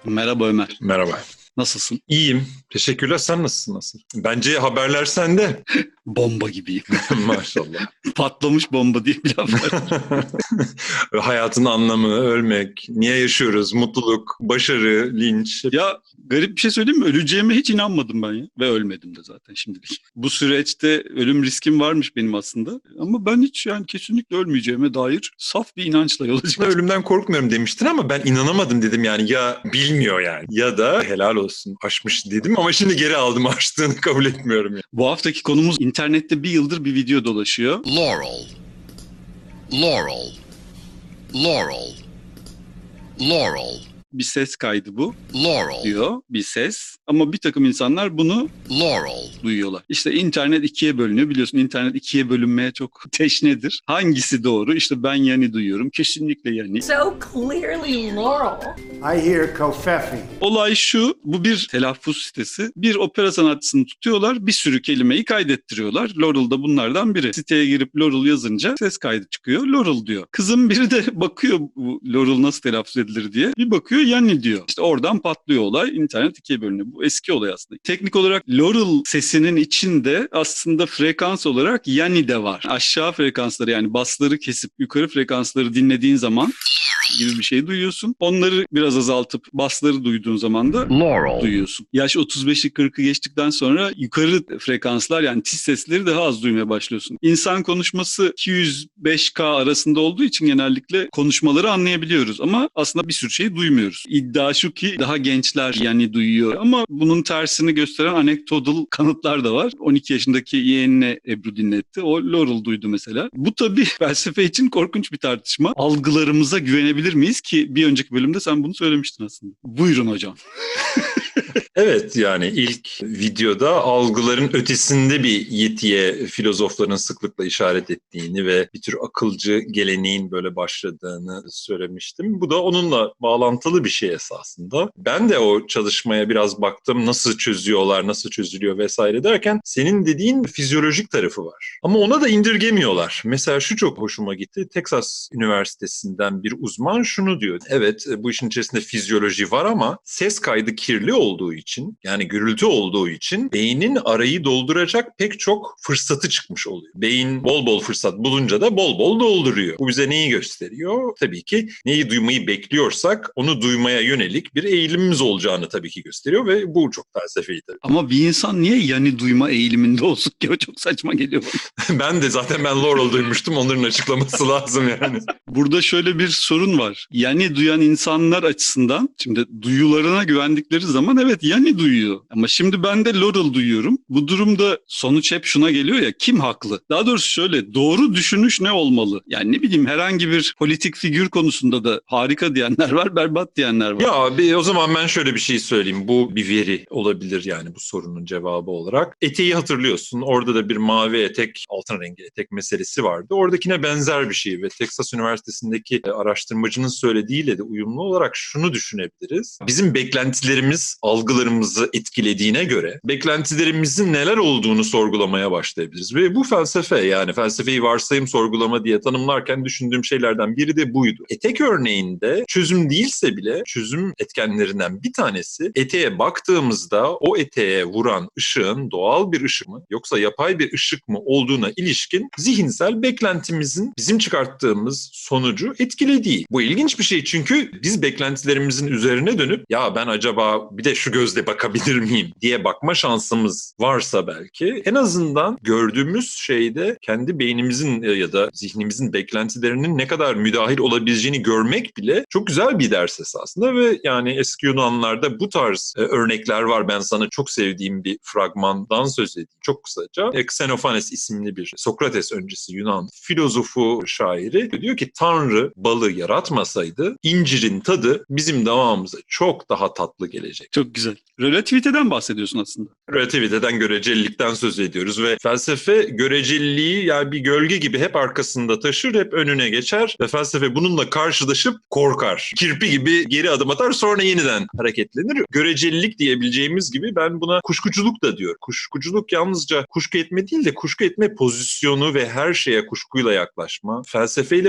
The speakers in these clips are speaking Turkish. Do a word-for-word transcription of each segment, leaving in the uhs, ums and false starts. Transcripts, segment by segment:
Merhaba Ömer. Merhaba. Nasılsın? İyiyim. Teşekkürler. Sen nasılsın? Nasıl? Bence haberler sende. Bomba gibiyim. Maşallah. Patlamış bomba diye bir laf var. Hayatın anlamı, ölmek, niye yaşıyoruz, mutluluk, başarı, linç. Ya garip bir şey söyleyeyim mi? Öleceğime hiç inanmadım ben ya. Ve ölmedim de zaten şimdilik. Bu süreçte ölüm riskim varmış benim aslında. Ama ben hiç yani kesinlikle ölmeyeceğime dair saf bir inançla yola çıktım. Ölümden korkmuyorum demiştin ama ben inanamadım dedim yani ya bilmiyor yani ya da helal olsun aşmış dedim ama şimdi geri aldım aştığını kabul etmiyorum yani. Bu haftaki konumuz internette bir yıldır bir video dolaşıyor. Laurel, Laurel, Laurel, Laurel, Bir ses kaydı bu Laurel, diyor. Bir ses. Ama bir takım insanlar bunu Laurel, duyuyorlar. İşte internet ikiye bölünüyor. Biliyorsun internet ikiye bölünmeye çok teşnedir. Hangisi doğru? İşte ben yani duyuyorum. Kesinlikle yani. So clearly Laurel. I hear Kofefi. Olay şu, bu bir telaffuz sitesi. Bir opera sanatçısını tutuyorlar, bir sürü kelimeyi kaydettiriyorlar. Laurel da bunlardan biri. Siteye girip Laurel yazınca ses kaydı çıkıyor. Laurel diyor. Kızın biri de bakıyor bu Laurel nasıl telaffuz edilir diye. Bir bakıyor yani diyor. İşte oradan patlıyor olay. İnternet ikiye bölünüyor. Bu eski olay aslında. Teknik olarak Laurel sesinin içinde aslında frekans olarak yani de var. Aşağı frekansları yani basları kesip yukarı frekansları dinlediğin zaman gibi bir şey duyuyorsun. Onları biraz azaltıp basları duyduğun zaman da Laurel, duyuyorsun. Yaş otuz beşi kırkı geçtikten sonra yukarı frekanslar yani tiz sesleri daha az duymaya başlıyorsun. İnsan konuşması iki yüz beş K arasında olduğu için genellikle konuşmaları anlayabiliyoruz ama aslında bir sürü şeyi duymuyoruz. İddia şu ki daha gençler yani duyuyor ama bunun tersini gösteren anekdotal kanıtlar da var. on iki yaşındaki yeğenine Ebru dinletti. O Laurel duydu mesela. Bu tabii felsefe için korkunç bir tartışma. Algılarımıza güvenebilir miyiz ki bir önceki bölümde sen bunu söylemiştin aslında. Buyurun hocam. Evet yani ilk videoda algıların ötesinde bir yetiye filozofların sıklıkla işaret ettiğini ve bir tür akılcı geleneğin böyle başladığını söylemiştim. Bu da onunla bağlantılı bir şey esasında. Ben de o çalışmaya biraz baktım nasıl çözüyorlar, nasıl çözülüyor vesaire derken senin dediğin fizyolojik tarafı var. Ama ona da indirgemiyorlar. Mesela şu çok hoşuma gitti. Texas Üniversitesi'nden bir uzman şunu diyor. Evet bu işin içerisinde fizyoloji var ama ses kaydı kirli olduğu için yani gürültü olduğu için beynin arayı dolduracak pek çok fırsatı çıkmış oluyor. Beyin bol bol fırsat bulunca da bol bol dolduruyor. Bu bize neyi gösteriyor? Tabii ki neyi duymayı bekliyorsak onu duymaya yönelik bir eğilimimiz olacağını tabii ki gösteriyor ve bu çok felsefeyi tabii. Ama bir insan niye yani duyma eğiliminde olsun ki? O çok saçma geliyor bana. Ben de zaten ben Laurel duymuştum. Onların açıklaması lazım yani. Burada şöyle bir sorun var. Yani duyan insanlar açısından şimdi duyularına güvendikleri zaman evet yani duyuyor. Ama şimdi ben de Laurel duyuyorum. Bu durumda sonuç hep şuna geliyor ya kim haklı? Daha doğrusu şöyle doğru düşünüş ne olmalı? Yani ne bileyim herhangi bir politik figür konusunda da harika diyenler var, berbat diyenler var. Ya abi o zaman ben şöyle bir şey söyleyeyim. Bu bir veri olabilir yani bu sorunun cevabı olarak. Eteği hatırlıyorsun. Orada da bir mavi etek, altın rengi etek meselesi vardı. Oradakine benzer bir şey ve Texas Üniversitesi'ndeki araştırmacının söylediğiyle de uyumlu olarak şunu düşünebiliriz. Bizim beklentilerimiz algılarımızı etkilediğine göre beklentilerimizin neler olduğunu sorgulamaya başlayabiliriz. Ve bu felsefe yani felsefeyi varsayım sorgulama diye tanımlarken düşündüğüm şeylerden biri de buydu. Etek örneğinde çözüm değilse bile çözüm etkenlerinden bir tanesi eteğe baktığımızda o eteğe vuran ışığın doğal bir ışık mı yoksa yapay bir ışık mı olduğuna ilişkin zihinsel beklentimizin bizim çıkarttığımız sonucu etkilediği. Bu ilginç bir şey çünkü biz beklentilerimizin üzerine dönüp ya ben acaba bir de şu gözle bakabilir miyim diye bakma şansımız varsa belki en azından gördüğümüz şeyde kendi beynimizin ya da zihnimizin beklentilerinin ne kadar müdahil olabileceğini görmek bile çok güzel bir ders esasında ve yani eski Yunanlarda bu tarz e, örnekler var. Ben sana çok sevdiğim bir fragmandan söz edeyim çok kısaca. Xenophanes isimli bir Sokrates öncesi Yunan filozofu şairi diyor ki Tanrı balı yaratmasaydı incirin tadı bizim damağımıza çok daha tatlı gelecek. Çok güzel. Relativiteden bahsediyorsun aslında. Relativiteden, görecelilikten söz ediyoruz ve felsefe göreceliliği yani bir gölge gibi hep arkasında taşır, hep önüne geçer ve felsefe bununla karşılaşıp korkar. Kirpi gibi geri adım atar sonra yeniden hareketlenir. Görecelilik diyebileceğimiz gibi ben buna kuşkuculuk da diyor. Kuşkuculuk yalnızca kuşku etme değil de kuşku etme pozisyonu ve her şeye kuşkuyla yaklaşma. Felsefeyle böyle bir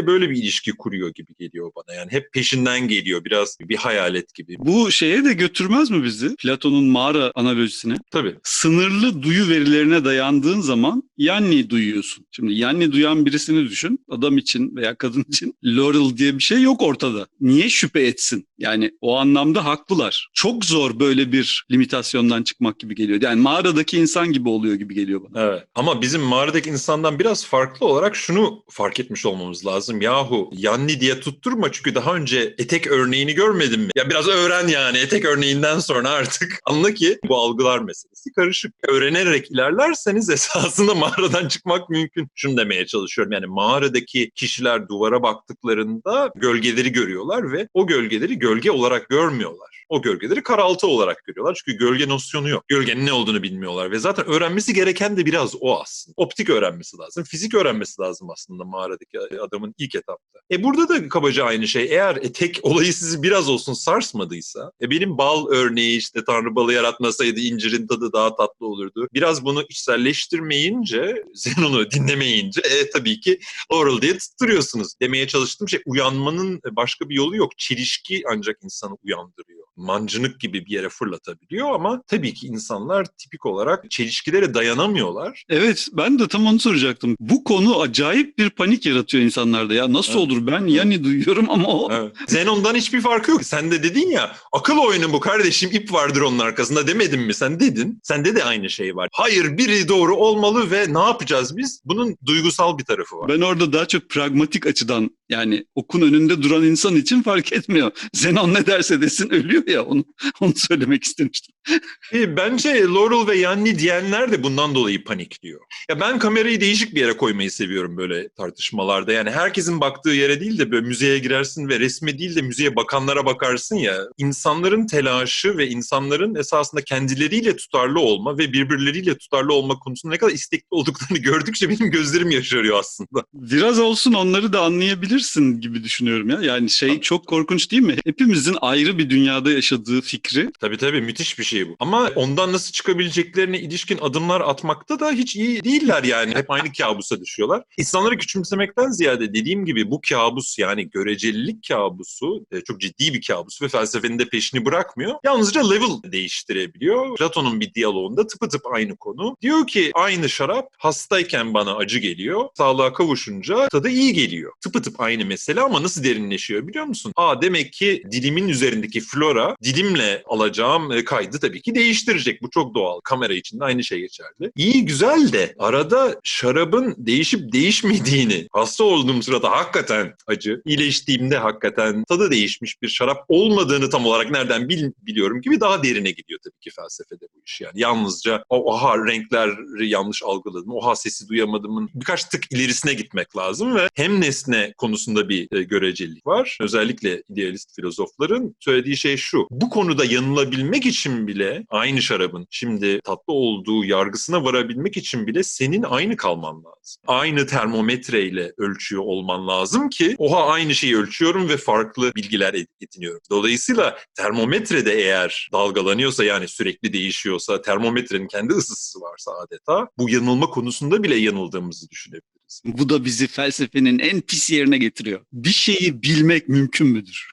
ilişki kuruyor gibi geliyor bana. Yani hep peşinden geliyor, biraz bir hayalet gibi. Bu şeye de götürmez mi bizi? Platon'un mağara analojisine. Tabii. Sınırlı duyu verilerine dayandığın zaman yanni duyuyorsun. Şimdi yanni duyan birisini düşün. Adam için veya kadın için Laurel diye bir şey yok ortada. Niye şüphe etsin? Yani o anlamda haklılar. Çok zor böyle bir limitasyondan çıkmak gibi geliyor. Yani mağaradaki insan gibi oluyor gibi geliyor bana. Evet. Ama bizim mağaradaki insandan biraz farklı olarak şunu fark etmiş olmamız lazım. Yahu yanni diye tutturma, çünkü daha önce etek örneğini görmedin mi? Ya biraz öğren yani. Etek örneğinden sonra artık anla ki bu algılar meselesi karışık. Öğrenerek ilerlerseniz esasında mağaradan çıkmak mümkün. Şunu demeye çalışıyorum. Yani mağaradaki kişiler duvara baktıklarında gölgeleri görüyorlar ve o gölgeleri gölge olarak görmüyorlar. O gölgeleri karaltı olarak görüyorlar. Çünkü gölge nosyonu yok. Gölgenin ne olduğunu bilmiyorlar ve zaten öğrenmesi gereken de biraz o aslında. Optik öğrenmesi lazım. Fizik öğrenmesi lazım aslında mağaradaki adamın ilk etapta. E burada da kabaca aynı şey. Eğer etek olayı sizi biraz olsun sarsmadıysa, e benim bal örneği işte Tanrı balı yaratmasaydı incirin tadı daha tatlı olurdu. Biraz bunu içselleştirmeyince, Zenon'u dinlemeyince e, tabii ki Laurel diye tutturuyorsunuz. Demeye çalıştığım şey, uyanmanın başka bir yolu yok. Çelişki ancak insanı uyandırıyor. Mancınık gibi bir yere fırlatabiliyor ama tabii ki insanlar tipik olarak çelişkilere dayanamıyorlar. Evet, ben de tam onu soracaktım. Bu konu acayip bir panik yaratıyor insanlarda. Ya nasıl Evet. olur, ben yani duyuyorum ama o... Evet. Zenon'dan hiçbir farkı yok. Sen de dedin ya, akıl oyunu bu kardeşim, ip vardır onun arkasında demedin mi? Sen dedin. Sende de aynı şey var. Hayır, biri doğru olmalı ve ne yapacağız biz? Bunun duygusal bir tarafı var. Ben orada daha çok pragmatik açıdan, yani okun önünde duran insan için fark etmiyor. Zenon ne derse desin ölüyor ya, onu onu söylemek istemiştim. E, bence Laurel ve Yanni diyenler de bundan dolayı panikliyor. Ya ben kamerayı değişik bir yere koymayı seviyorum böyle tartışmalarda. Yani herkesin baktığı yere değil de böyle müzeye girersin ve resme değil de müzeye bakanlara bakarsın ya. İnsanların telaşı ve insanların esasında kendileriyle tutarlı olma ve birbirleriyle tutarlı olma konusunda ne kadar istekli olduklarını gördükçe benim gözlerim yaşarıyor aslında. Biraz olsun onları da anlayabilirsin gibi düşünüyorum ya. Yani şey çok korkunç değil mi? Hepimizin ayrı bir dünyada yaşadığı fikri. Tabii tabii, müthiş bir şey bu. Ama ondan nasıl çıkabileceklerine ilişkin adımlar atmakta da hiç iyi değiller yani. Hep aynı kabusa düşüyorlar. İnsanları küçümsemekten ziyade dediğim gibi bu kabus, yani görecelilik kabusu çok ciddi bir kabus ve felsefenin de peşini bırakmıyor. Yalnızca level değiştirebiliyor. Platon'un bir diyaloğunda tıpatıp aynı konu. Diyor ki aynı şarap hastayken bana acı geliyor. Sağlığa kavuşunca tadı iyi geliyor. Tıpatıp aynı mesele ama nasıl derinleşiyor biliyor musun? Aa, demek ki dilimin üzerindeki flora dilimle alacağım kaydı tabii ki değiştirecek. Bu çok doğal. Kamera için de aynı şey geçerli. İyi güzel de arada şarabın değişip değişmediğini, hasta olduğum sırada hakikaten acı, iyileştiğimde hakikaten tadı değişmiş bir şarap olmadığını tam olarak nereden bil, biliyorum gibi daha derine gidiyor tabii ki felsefede bu iş yani. Yalnızca o, oha renkleri yanlış algıladım, oha sesi duyamadım, birkaç tık ilerisine gitmek lazım ve hem nesne konusunda bir e, görecelilik var. Özellikle idealist filozofların söylediği şey şu: bu konuda yanılabilmek için bile aynı şarabın şimdi tatlı olduğu yargısına varabilmek için bile senin aynı kalman lazım. Aynı termometreyle ölçüyor olman lazım ki oha aynı şeyi ölçüyorum ve farklı bilgiler ediniyorum. Dolayısıyla termometrede eğer dalgalanıyorsa, yani sürekli değişiyorsa, termometrenin kendi ısısı varsa adeta, bu yanılma konusunda bile yanıldığımızı düşünebiliriz. Bu da bizi felsefenin en pis yerine getiriyor. Bir şeyi bilmek mümkün müdür?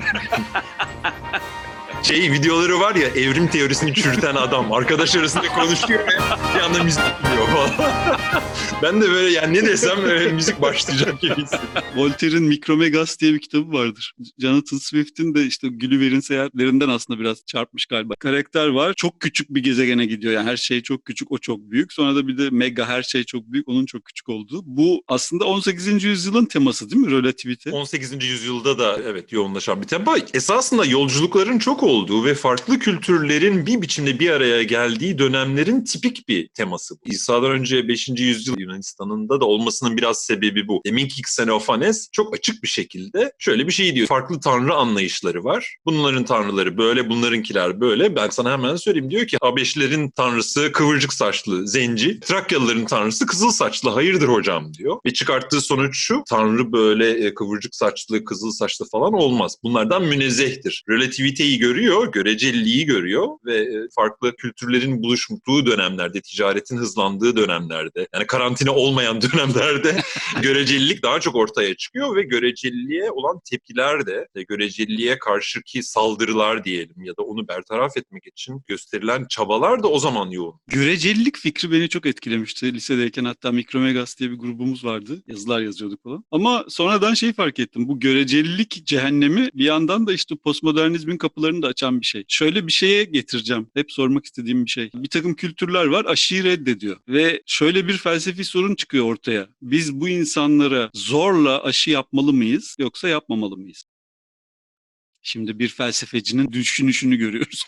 Şey videoları var ya, evrim teorisini çürüten adam arkadaş arasında konuşuyor ve bir anda müzik dinliyor falan. Ben de böyle yani ne desem öyle müzik başlayacak gibi hissediyorum. Voltaire'in Mikromegas diye bir kitabı vardır. Jonathan Swift'in de işte Gulliver'in seyahatlerinden aslında biraz çarpmış galiba. Karakter var. Çok küçük bir gezegene gidiyor. Yani her şey çok küçük, o çok büyük. Sonra da bir de mega, her şey çok büyük, onun çok küçük olduğu. Bu aslında on sekizinci yüzyılın teması değil mi? Relativite. on sekizinci yüzyılda da evet yoğunlaşan bir tema. Esasında yolculukların çok olduğu ve farklı kültürlerin bir biçimde bir araya geldiği dönemlerin tipik bir teması bu. İsa'dan önce beşinci yüzyıl Yunanistan'ında da olmasının biraz sebebi bu. Deminki Xenofanes çok açık bir şekilde şöyle bir şey diyor. Farklı tanrı anlayışları var. Bunların tanrıları böyle, bunlarınkiler böyle. Ben sana hemen söyleyeyim. Diyor ki Habeşlerin tanrısı kıvırcık saçlı zenci, Trakyalıların tanrısı kızıl saçlı, hayırdır hocam diyor. Ve çıkarttığı sonuç şu: tanrı böyle kıvırcık saçlı, kızıl saçlı falan olmaz. Bunlardan münezzehtir. Relativiteyi görüyor görüyor, göreceliliği görüyor ve farklı kültürlerin buluştuğu dönemlerde, ticaretin hızlandığı dönemlerde, yani karantina olmayan dönemlerde görecelilik daha çok ortaya çıkıyor ve göreceliliğe olan tepkiler de, göreceliliğe karşıki saldırılar diyelim ya da onu bertaraf etmek için gösterilen çabalar da o zaman yoğun. Görecelilik fikri beni çok etkilemişti. Lisedeyken hatta Mikromegas diye bir grubumuz vardı. Yazılar yazıyorduk falan. Ama sonradan şey fark ettim. Bu görecelilik cehennemi bir yandan da işte postmodernizmin kapılarını da açan bir şey. Şöyle bir şeye getireceğim. Hep sormak istediğim bir şey. Bir takım kültürler var, aşıyı reddediyor. Ve şöyle bir felsefi sorun çıkıyor ortaya. Biz bu insanlara zorla aşı yapmalı mıyız yoksa yapmamalı mıyız? Şimdi bir felsefecinin düşünüşünü görüyoruz.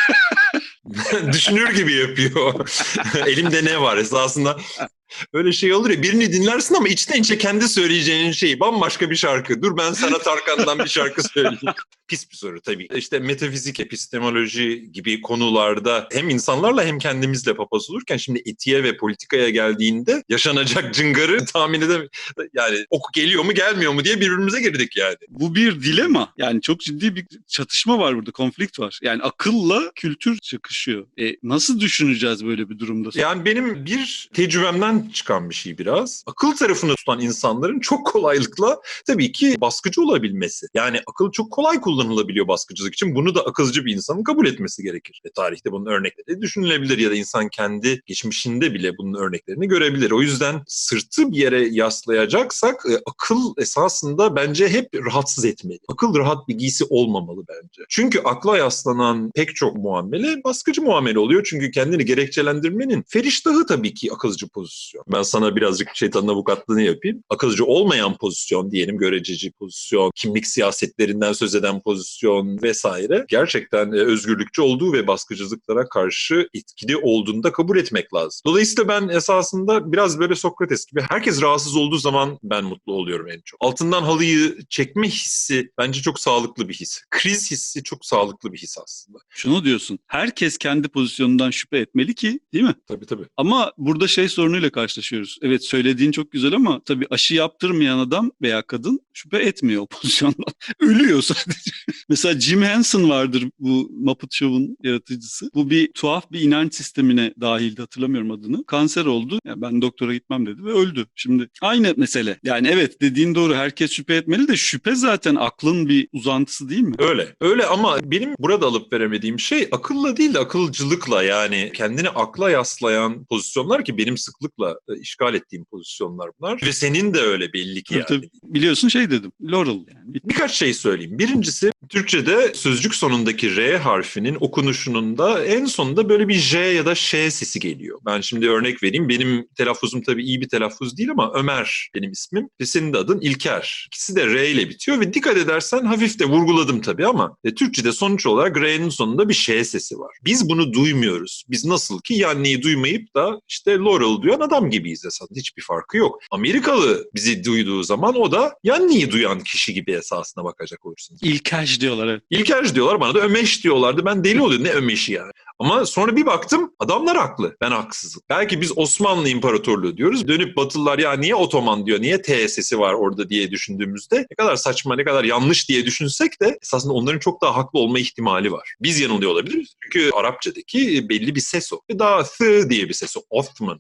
Düşünür gibi yapıyor. Elimde ne var esasında? Öyle şey olur ya, birini dinlersin ama içten içe kendi söyleyeceğin şey bambaşka bir şarkı. Dur ben sana Tarkan'dan bir şarkı söyleyeyim. Pis bir soru tabii. İşte metafizik, epistemoloji gibi konularda hem insanlarla hem kendimizle papaz olurken şimdi etiğe ve politikaya geldiğinde yaşanacak cıngarı tahmin edemiyorum. Yani ok geliyor mu gelmiyor mu diye birbirimize girdik yani. Bu bir dilema. Yani çok ciddi bir çatışma var burada, konflikt var. Yani akılla kültür çakışıyor. E, nasıl düşüneceğiz böyle bir durumda? Yani benim bir tecrübemden çıkan bir şey biraz. Akıl tarafını tutan insanların çok kolaylıkla tabii ki baskıcı olabilmesi. Yani akıl çok kolay kullanılabiliyor baskıcılık için. Bunu da akılcı bir insanın kabul etmesi gerekir. E, tarihte bunun örnekleri düşünülebilir ya da insan kendi geçmişinde bile bunun örneklerini görebilir. O yüzden sırtı bir yere yaslayacaksak e, akıl esasında bence hep rahatsız etmeli. Akıl rahat bir giysi olmamalı bence. Çünkü akla yaslanan pek çok muamele baskıcı muamele oluyor. Çünkü kendini gerekçelendirmenin feriştahı tabii ki akılcı pozisyon. Ben sana birazcık şeytanın avukatlığını yapayım. Akılcı olmayan pozisyon diyelim, görececi pozisyon, kimlik siyasetlerinden söz eden pozisyon vesaire gerçekten özgürlükçü olduğu ve baskıcılıklara karşı etkili olduğunu da kabul etmek lazım. Dolayısıyla ben esasında biraz böyle Sokrates gibi herkes rahatsız olduğu zaman ben mutlu oluyorum en çok. Altından halıyı çekme hissi bence çok sağlıklı bir his. Kriz hissi çok sağlıklı bir his aslında. Şunu diyorsun, herkes kendi pozisyonundan şüphe etmeli ki, değil mi? Tabii tabii. Ama burada şey sorunuyla karşılaşıyoruz. Evet, söylediğin çok güzel ama tabii aşı yaptırmayan adam veya kadın şüphe etmiyor o pozisyondan. Ölüyor sadece. Mesela Jim Henson vardır, bu Muppet Show'un yaratıcısı. Bu bir tuhaf bir inanç sistemine dahildi, hatırlamıyorum adını. Kanser oldu. Yani ben doktora gitmem dedi ve öldü. Şimdi aynı mesele. Yani evet, dediğin doğru, herkes şüphe etmeli de şüphe zaten aklın bir uzantısı değil mi? Öyle. Öyle ama benim burada alıp veremediğim şey akılla değil de akılcılıkla, yani kendini akla yaslayan pozisyonlar ki benim sıklıkla işgal ettiğim pozisyonlar bunlar. Ve senin de öyle belli ki Tabii, yani. tabii. Biliyorsun şey dedim. Laurel yani. Birkaç şey söyleyeyim. Birincisi Türkçe'de sözcük sonundaki R harfinin okunuşunun da en sonunda böyle bir J ya da Ş sesi geliyor. Ben şimdi örnek vereyim. Benim telaffuzum tabii iyi bir telaffuz değil ama Ömer benim ismim ve senin de adın İlker. İkisi de R ile bitiyor ve dikkat edersen hafif de vurguladım tabii ama e, Türkçe'de sonuç olarak R'nin sonunda bir Ş sesi var. Biz bunu duymuyoruz. Biz nasıl ki Yanni'yi duymayıp da işte Laurel duyan adam gibiyiz esasında. Hiçbir farkı yok. Amerikalı bizi duyduğu zaman o da Yanni'yi duyan kişi gibi esasına bakacak olursunuz. İlkaj diyorlar, evet. İlker diyorlar, bana da Ömeş diyorlardı. Ben deli oluyorum, ne Ömeş'i yani. Ama sonra bir baktım adamlar haklı. Ben haksızım. Belki biz Osmanlı İmparatorluğu diyoruz. Dönüp Batılılar ya niye Otoman diyor, niye T sesi var orada diye düşündüğümüzde ne kadar saçma, ne kadar yanlış diye düşünsek de esasında onların çok daha haklı olma ihtimali var. Biz yanılıyor olabiliriz. Çünkü Arapçadaki belli bir ses o. Daha th diye bir ses o. Othman.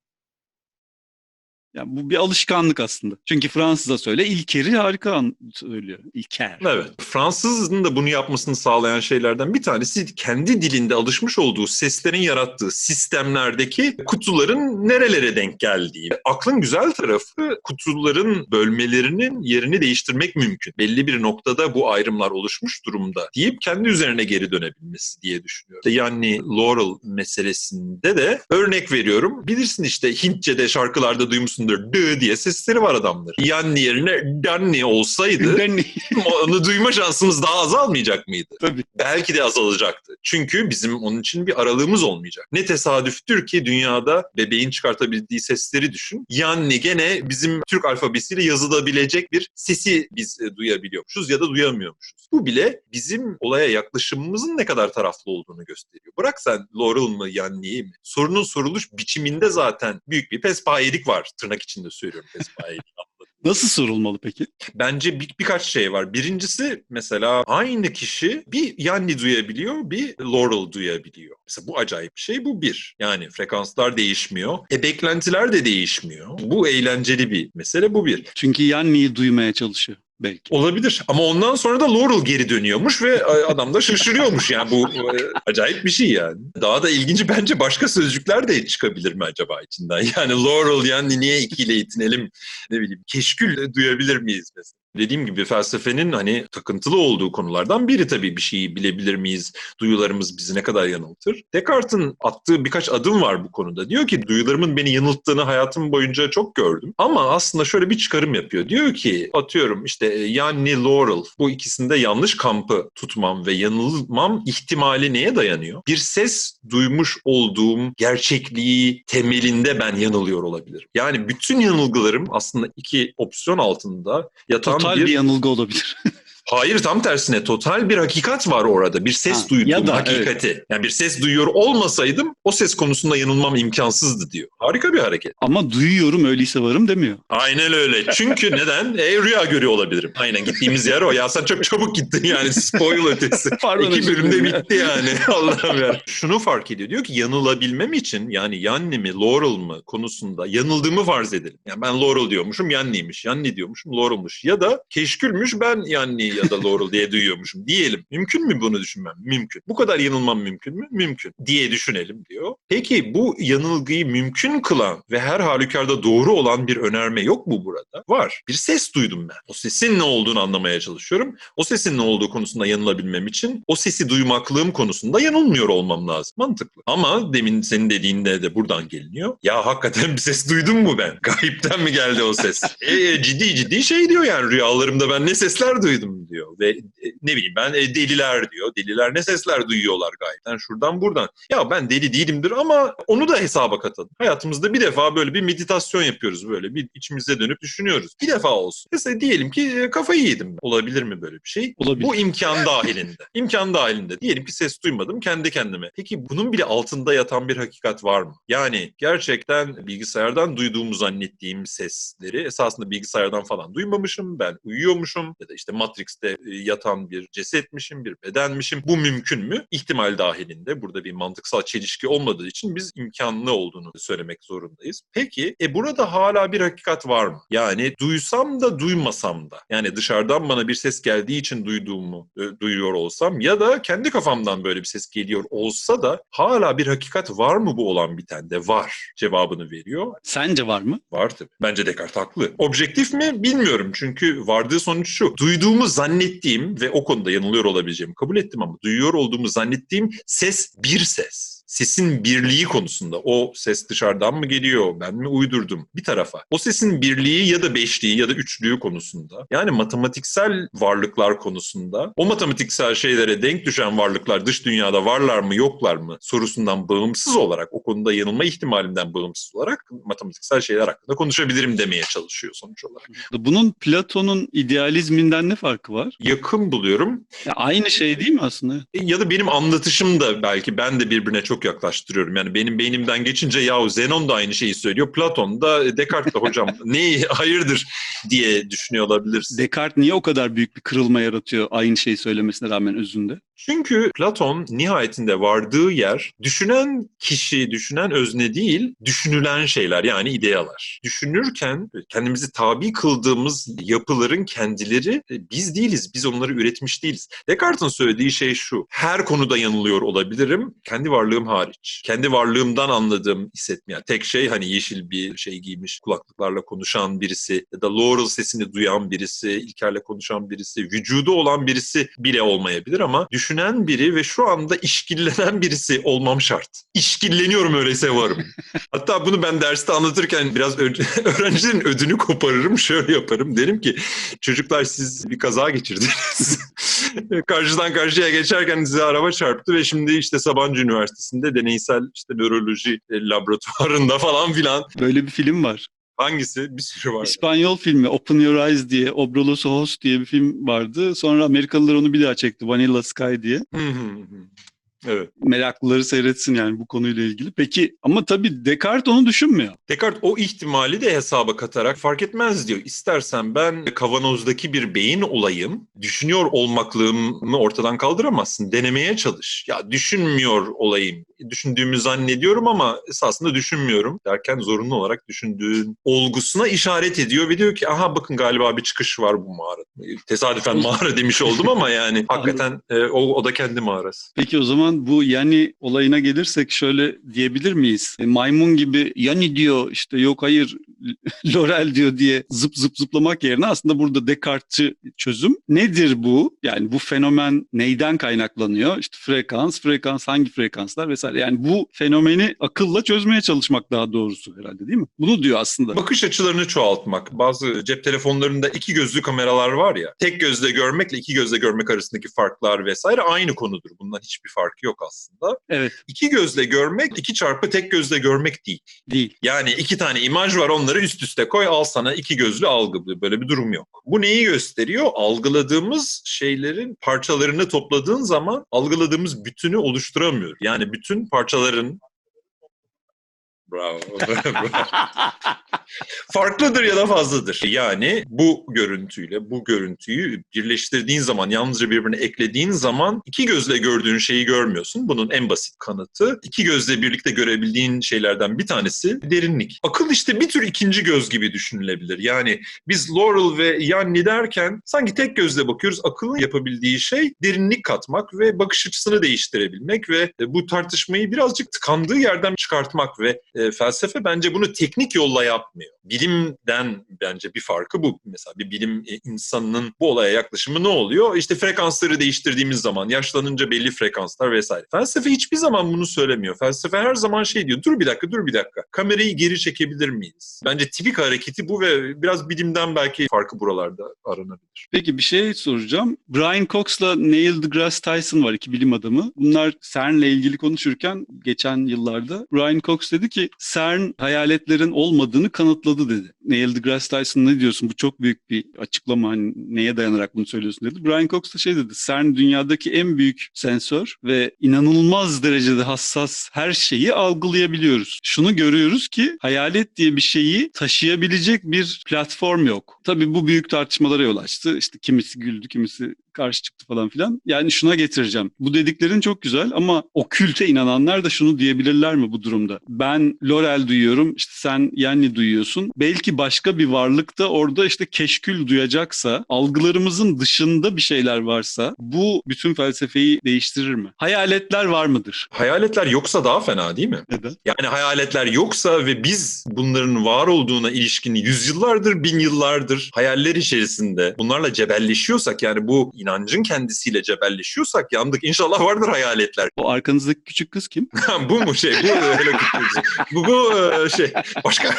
Yani bu bir alışkanlık aslında. Çünkü Fransız'a söyle, İlker'i harika an- söylüyor. İlker. Evet. Fransızın da bunu yapmasını sağlayan şeylerden bir tanesi kendi dilinde alışmış olduğu seslerin yarattığı sistemlerdeki kutuların nerelere denk geldiği. Aklın güzel tarafı kutuların bölmelerinin yerini değiştirmek mümkün. Belli bir noktada bu ayrımlar oluşmuş durumda deyip kendi üzerine geri dönebilmesi diye düşünüyorum. Yani Laurel meselesinde de örnek veriyorum. Bilirsin işte Hintçe'de şarkılarda duymuşsun D diye sesleri var adamların. Yanni yerine Danni olsaydı Danny. onu duyma şansımız daha azalmayacak mıydı? Tabii. Belki de azalacaktı. Çünkü bizim onun için bir aralığımız olmayacak. Ne tesadüftür ki dünyada bebeğin çıkartabildiği sesleri düşün. Yanni gene bizim Türk alfabesiyle yazılabilecek bir sesi biz duyabiliyormuşuz ya da duyamıyormuşuz. Bu bile bizim olaya yaklaşımımızın ne kadar taraflı olduğunu gösteriyor. Bırak sen Laurel mı Yanni'yi mi? Sorunun soruluş biçiminde zaten büyük bir pespayelik var. Tırnak içinde söylüyorum pespayelik. Nasıl sorulmalı peki? Bence bir, birkaç şey var. Birincisi mesela aynı kişi bir Yanni duyabiliyor, bir Laurel duyabiliyor. Mesela bu acayip bir şey. Bu bir. Yani frekanslar değişmiyor. E beklentiler de değişmiyor. Bu eğlenceli bir mesele. Bu bir. Çünkü Yanni'yi duymaya çalışıyor belki. Olabilir ama ondan sonra da Laurel geri dönüyormuş ve adam da şaşırıyormuş. Yani bu e, acayip bir şey yani. Daha da ilginci bence başka sözcükler de çıkabilir mi acaba içinden? Yani Laurel yani niye ikiyle itinelim, ne bileyim keşkül duyabilir miyiz mesela? Dediğim gibi felsefenin hani takıntılı olduğu konulardan biri tabii bir şeyi bilebilir miyiz? Duyularımız bizi ne kadar yanıltır? Descartes'in attığı birkaç adım var bu konuda. Diyor ki duyularımın beni yanılttığını hayatım boyunca çok gördüm. Ama aslında şöyle bir çıkarım yapıyor. Diyor ki atıyorum işte Yanni, Laurel bu ikisinde yanlış kampı tutmam ve yanılmam ihtimali neye dayanıyor? Bir ses duymuş olduğum gerçekliği temelinde ben yanılıyor olabilirim. Yani bütün yanılgılarım aslında iki opsiyon altında yatan Total bir... bir yanılgı olabilir. Hayır, tam tersine total bir hakikat var orada. Bir ses Ha, duyduğum ya da, hakikati. evet. Yani bir ses duyuyor olmasaydım o ses konusunda yanılmam imkansızdı diyor. Harika bir hareket. Ama duyuyorum öyleyse varım demiyor. Aynen öyle. Çünkü neden? E, rüya görüyor olabilirim. Aynen gittiğimiz yer o. Ya sen çok çabuk gittin yani spoil ötesi. Pardon, İki özür bölümde dilerim ya. bitti yani. Allah'ım ya. Şunu fark ediyor. Diyor ki yanılabilmem için yani Yanni mi Laurel mı konusunda yanıldığımı farz edelim. Yani ben Laurel diyormuşum Yanni'ymiş. Yanni diyormuşum Laurel'muş. Ya da keşkülmüş ben Yanni ya da Laurel diye duyuyormuşum diyelim. Mümkün mü bunu düşünmem? Mümkün. Bu kadar yanılmam mümkün mü? Mümkün. Diye düşünelim diyor. Peki bu yanılgıyı mümkün kılan ve her halükarda doğru olan bir önerme yok mu burada? Var. Bir ses duydum ben. O sesin ne olduğunu anlamaya çalışıyorum. O sesin ne olduğu konusunda yanılabilmem için o sesi duymaklığım konusunda yanılmıyor olmam lazım. Mantıklı. Ama demin senin dediğinde de buradan geliniyor. Ya hakikaten bir ses duydum mu ben? Gayipten mi geldi o ses? e, ciddi ciddi şey diyor yani rüyalarımda ben ne sesler duydum diyor. Ve e, ne bileyim ben e, deliler diyor. Deliler ne sesler duyuyorlar gayipten şuradan buradan. Ya ben deli değilimdir ama onu da hesaba katalım. Hayatımızda bir defa böyle bir meditasyon yapıyoruz böyle. Bir içimize dönüp düşünüyoruz. Bir defa olsun. Mesela diyelim ki e, kafayı yedim. Olabilir mi böyle bir şey? Olabilir. Bu imkan dahilinde. İmkan dahilinde. Diyelim ki ses duymadım kendi kendime. Peki bunun bile altında yatan bir hakikat var mı? Yani gerçekten bilgisayardan duyduğumu zannettiğim sesleri esasında bilgisayardan falan duymamışım. Ben uyuyormuşum ya da işte Matrix'te e, yatan bir cesetmişim, bir bedenmişim. Bu mümkün mü? İhtimal dahilinde. Burada bir mantıksal çelişki olmadığı için biz imkanlı olduğunu söylemek zorundayız. Peki e burada hala bir hakikat var mı? Yani duysam da duymasam da. Yani dışarıdan bana bir ses geldiği için duyduğumu e, duyuyor olsam ya da kendi kafamdan böyle bir ses geliyor olsa da hala bir hakikat var mı bu olan bitende? Var cevabını veriyor. Sence var mı? Var tabii. Bence Descartes haklı. Objektif mi? Bilmiyorum. Çünkü vardığı sonuç şu. Duyduğumu zannettiğim ve o konuda yanılıyor olabileceğimi kabul ettim ama duyuyor olduğumu zannettiğim ses bir ses. Sesin birliği konusunda o ses dışarıdan mı geliyor, ben mi uydurdum bir tarafa. O sesin birliği ya da beşliği ya da üçlüğü konusunda yani matematiksel varlıklar konusunda o matematiksel şeylere denk düşen varlıklar dış dünyada varlar mı yoklar mı sorusundan bağımsız olarak o konuda yanılma ihtimalimden bağımsız olarak matematiksel şeyler hakkında konuşabilirim demeye çalışıyor sonuç olarak. Bunun Platon'un idealizminden ne farkı var? Yakın buluyorum. Ya aynı şey değil mi aslında? Ya da benim anlatışım da belki ben de birbirine çok yaklaştırıyorum. Yani benim beynimden geçince yahu Zenon da aynı şeyi söylüyor. Platon da Descartes de hocam ne hayırdır diye düşünüyor olabilirsin. Descartes niye o kadar büyük bir kırılma yaratıyor aynı şeyi söylemesine rağmen özünde? Çünkü Platon nihayetinde vardığı yer düşünen kişi, düşünen özne değil, düşünülen şeyler yani idealar. Düşünürken kendimizi tabi kıldığımız yapıların kendileri biz değiliz, biz onları üretmiş değiliz. Descartes'in söylediği şey şu, her konuda yanılıyor olabilirim, kendi varlığım hariç. Kendi varlığımdan anladığım hissetmeyen tek şey hani yeşil bir şey giymiş, kulaklıklarla konuşan birisi ya da Laurel sesini duyan birisi, İlker'le konuşan birisi, vücudu olan birisi bile olmayabilir ama düşünen biri ve şu anda işkillenen birisi olmam şart. İşkilleniyorum öyleyse varım. Hatta bunu ben derste anlatırken biraz öğrencilerin ödünü koparırım, şöyle yaparım. Derim ki çocuklar siz bir kaza geçirdiniz. Karşıdan karşıya geçerken size araba çarptı ve şimdi işte Sabancı Üniversitesi'nde deneysel işte nöroloji laboratuvarında falan filan. Böyle bir film var. Hangisi? Bir sürü var. İspanyol filmi Open Your Eyes diye, Obrolo Ojos diye bir film vardı. Sonra Amerikalılar onu bir daha çekti, Vanilla Sky diye. Evet. Meraklıları seyretsin yani bu konuyla ilgili. Peki ama tabii Descartes onu düşünmüyor. Descartes o ihtimali de hesaba katarak fark etmez diyor. İstersen ben kavanozdaki bir beyin olayım, düşünüyor olmaklığımı ortadan kaldıramazsın. Denemeye çalış. Ya düşünmüyor olayım. Düşündüğümü zannediyorum ama esasında düşünmüyorum derken zorunlu olarak düşündüğün olgusuna işaret ediyor ve diyor ki aha bakın galiba bir çıkış var bu mağarada. Tesadüfen mağara demiş oldum ama yani hakikaten e, o, o da kendi mağarası. Peki o zaman bu yani olayına gelirsek şöyle diyebilir miyiz? E, maymun gibi yani diyor işte yok hayır Laurel diyor diye zıp zıp zıplamak yerine aslında burada Descartes'çı çözüm. Nedir bu? Yani bu fenomen neyden kaynaklanıyor? İşte frekans, frekans hangi frekanslar vesaire. Yani bu fenomeni akılla çözmeye çalışmak daha doğrusu herhalde değil mi? Bunu diyor aslında. Bakış açılarını çoğaltmak. Bazı cep telefonlarında iki gözlü kameralar var ya. Tek gözle görmekle iki gözle görmek arasındaki farklar vesaire aynı konudur. Bundan hiçbir farkı yok aslında. Evet. İki gözle görmek iki çarpı tek gözle görmek değil. Değil. Yani iki tane imaj var onları üst üste koy al sana iki gözlü algı. Böyle bir durum yok. Bu neyi gösteriyor? Algıladığımız şeylerin parçalarını topladığın zaman algıladığımız bütünü oluşturamıyor. Yani bütün parçaların Bravo. farklıdır ya da fazladır. Yani bu görüntüyle bu görüntüyü birleştirdiğin zaman, yalnızca birbirine eklediğin zaman iki gözle gördüğün şeyi görmüyorsun. Bunun en basit kanıtı iki gözle birlikte görebildiğin şeylerden bir tanesi derinlik. Akıl işte bir tür ikinci göz gibi düşünülebilir. Yani biz Laurel ve Yanni derken sanki tek gözle bakıyoruz. Akılın yapabildiği şey derinlik katmak ve bakış açısını değiştirebilmek ve bu tartışmayı birazcık tıkandığı yerden çıkartmak ve e, felsefe bence bunu teknik yolla yapmıyor. Bilimden bence bir farkı bu. Mesela bir bilim insanının bu olaya yaklaşımı ne oluyor? İşte frekansları değiştirdiğimiz zaman, yaşlanınca belli frekanslar vesaire. Felsefe hiçbir zaman bunu söylemiyor. Felsefe her zaman şey diyor, dur bir dakika, dur bir dakika. Kamerayı geri çekebilir miyiz? Bence tipik hareketi bu ve biraz bilimden belki farkı buralarda aranabilir. Peki bir şey soracağım. Brian Cox'la Neil deGrasse Tyson var, iki bilim adamı. Bunlar CERN'le ilgili konuşurken geçen yıllarda Brian Cox dedi ki CERN hayaletlerin olmadığını kanıtladı dedi. Neil deGrasse Tyson ne diyorsun? Bu çok büyük bir açıklama. Hani neye dayanarak bunu söylüyorsun dedi. Brian Cox da şey dedi. CERN dünyadaki en büyük sensör ve inanılmaz derecede hassas her şeyi algılayabiliyoruz. Şunu görüyoruz ki hayalet diye bir şeyi taşıyabilecek bir platform yok. Tabii bu büyük tartışmalara yol açtı. İşte kimisi güldü, kimisi karşı çıktı falan filan. Yani şuna getireceğim. Bu dediklerin çok güzel ama okülte inananlar da şunu diyebilirler mi bu durumda? Ben Laurel duyuyorum, işte sen Yanni duyuyorsun. Belki başka bir varlık da orada işte keşkül duyacaksa, algılarımızın dışında bir şeyler varsa bu bütün felsefeyi değiştirir mi? Hayaletler var mıdır? Hayaletler yoksa daha fena değil mi? Neden? Yani hayaletler yoksa ve biz bunların var olduğuna ilişkin yüzyıllardır, bin yıllardır hayaller içerisinde bunlarla cebelleşiyorsak, yani bu inancın kendisiyle cebelleşiyorsak yandık. İnşallah vardır hayaletler. O arkanızdaki küçük kız kim? bu mu şey? Bu Hello Kitty. Bu bu şey. Başka.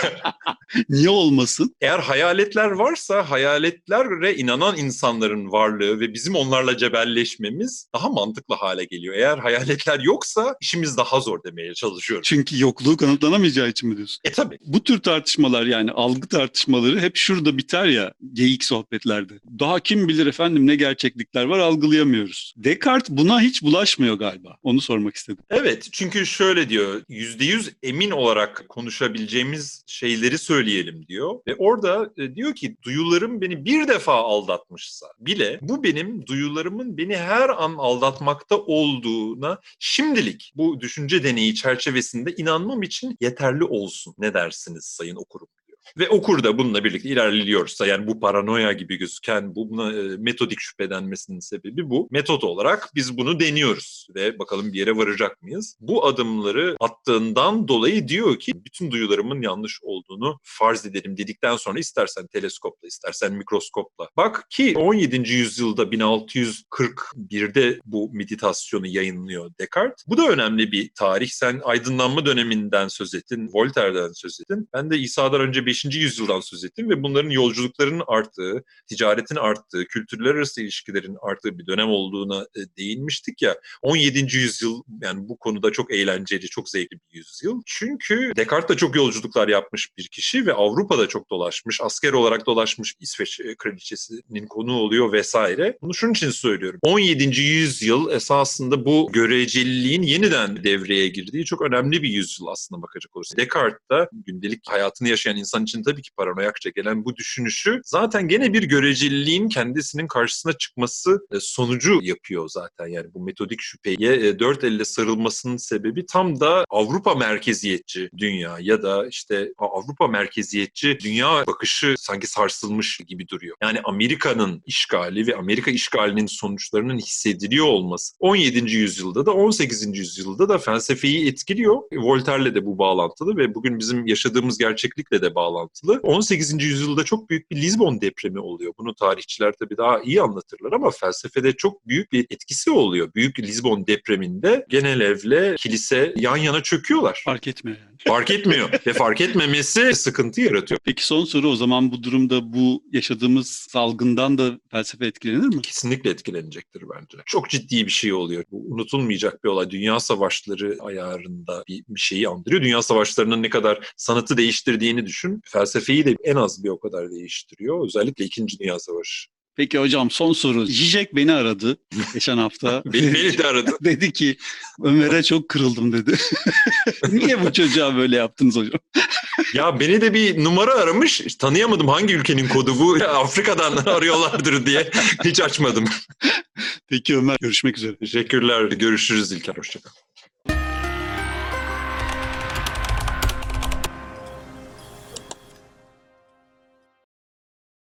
Niye olmasın? Eğer hayaletler varsa hayaletlere inanan insanların varlığı ve bizim onlarla cebelleşmemiz daha mantıklı hale geliyor. Eğer hayaletler yoksa işimiz daha zor demeye çalışıyorum. Çünkü yokluğu kanıtlanamayacağı için mi diyorsun? E tabii. Bu tür tartışmalar, yani algı tartışmaları hep şurada biter ya, geyik sohbetlerde. Daha kim bilir efendim ne gerçeklikler var, algılayamıyoruz. Descartes buna hiç bulaşmıyor galiba. Onu sormak istedim. Evet, çünkü şöyle diyor, yüzde yüz emin olarak konuşabileceğimiz şeyleri söyleyelim diyor. Ve orada e, diyor ki duyularım beni bir defa aldatmışsa bile bu benim duyularımın beni her an aldatmakta olduğuna şimdilik bu düşünce deneyi çerçevesinde inanmam için yeterli olsun. Ne dersiniz sayın okurum? Ve okur da bununla birlikte ilerliyorsa, yani bu paranoya gibi gözüken, bu buna e, metodik şüphelenmesinin sebebi bu. Metot olarak biz bunu deniyoruz ve bakalım bir yere varacak mıyız? Bu adımları attığından dolayı diyor ki bütün duyularımın yanlış olduğunu farz edelim dedikten sonra istersen teleskopla, istersen mikroskopla bak ki on yedinci yüzyılda bin altı yüz kırk birde bu meditasyonu yayınlıyor Descartes. Bu da önemli bir tarih. Sen aydınlanma döneminden söz ettin, Voltaire'den söz ettin. Ben de İsa'dan önce beşinci beşinci yüzyıldan söz ettim ve bunların yolculuklarının arttığı, ticaretin arttığı, kültürler arası ilişkilerin arttığı bir dönem olduğuna e, değinmiştik ya. on yedinci yüzyıl yani bu konuda çok eğlenceli, çok zevkli bir yüzyıl. Çünkü Descartes da çok yolculuklar yapmış bir kişi ve Avrupa'da çok dolaşmış, asker olarak dolaşmış, İsveç kraliçesinin konuğu oluyor vesaire. Bunu şunun için söylüyorum. on yedinci yüzyıl esasında bu göreceliliğin yeniden devreye girdiği çok önemli bir yüzyıl aslında bakacak olursa. Descartes da gündelik hayatını yaşayan insan için tabii ki paranoyakça gelen bu düşünüşü zaten gene bir göreceliliğin kendisinin karşısına çıkması sonucu yapıyor zaten. Yani bu metodik şüpheye dört elle sarılmasının sebebi tam da Avrupa merkeziyetçi dünya ya da işte Avrupa merkeziyetçi dünya bakışı sanki sarsılmış gibi duruyor. Yani Amerika'nın işgali ve Amerika işgalinin sonuçlarının hissediliyor olması on yedinci yüzyılda da on sekizinci yüzyılda da felsefeyi etkiliyor. Voltaire'le de bu bağlantılı ve bugün bizim yaşadığımız gerçeklikle de bağlantılı. on sekizinci yüzyılda çok büyük bir Lizbon depremi oluyor. Bunu tarihçiler tabii daha iyi anlatırlar ama felsefede çok büyük bir etkisi oluyor. Büyük Lizbon depreminde genel evle kilise yan yana çöküyorlar. Fark etmiyor yani. Fark etmiyor ve fark etmemesi sıkıntı yaratıyor. Peki son soru, o zaman bu durumda bu yaşadığımız salgından da felsefe etkilenir mi? Kesinlikle etkilenecektir bence. Çok ciddi bir şey oluyor. Bu unutulmayacak bir olay. Dünya savaşları ayarında bir, bir şeyi andırıyor. Dünya savaşlarının ne kadar sanatı değiştirdiğini düşün. Felsefeyi de en az bir o kadar değiştiriyor. Özellikle İkinci Dünya Savaşı. Peki hocam son soru. Zizek beni aradı geçen hafta. Beni, beni de aradı. Dedi ki Ömer'e çok kırıldım dedi. Niye bu çocuğa böyle yaptınız hocam? Ya beni de bir numara aramış. Tanıyamadım hangi ülkenin kodu bu. Afrika'dan arıyorlardır diye. Hiç açmadım. Peki Ömer, görüşmek üzere. Teşekkürler. Görüşürüz İlker. Hoşça kal.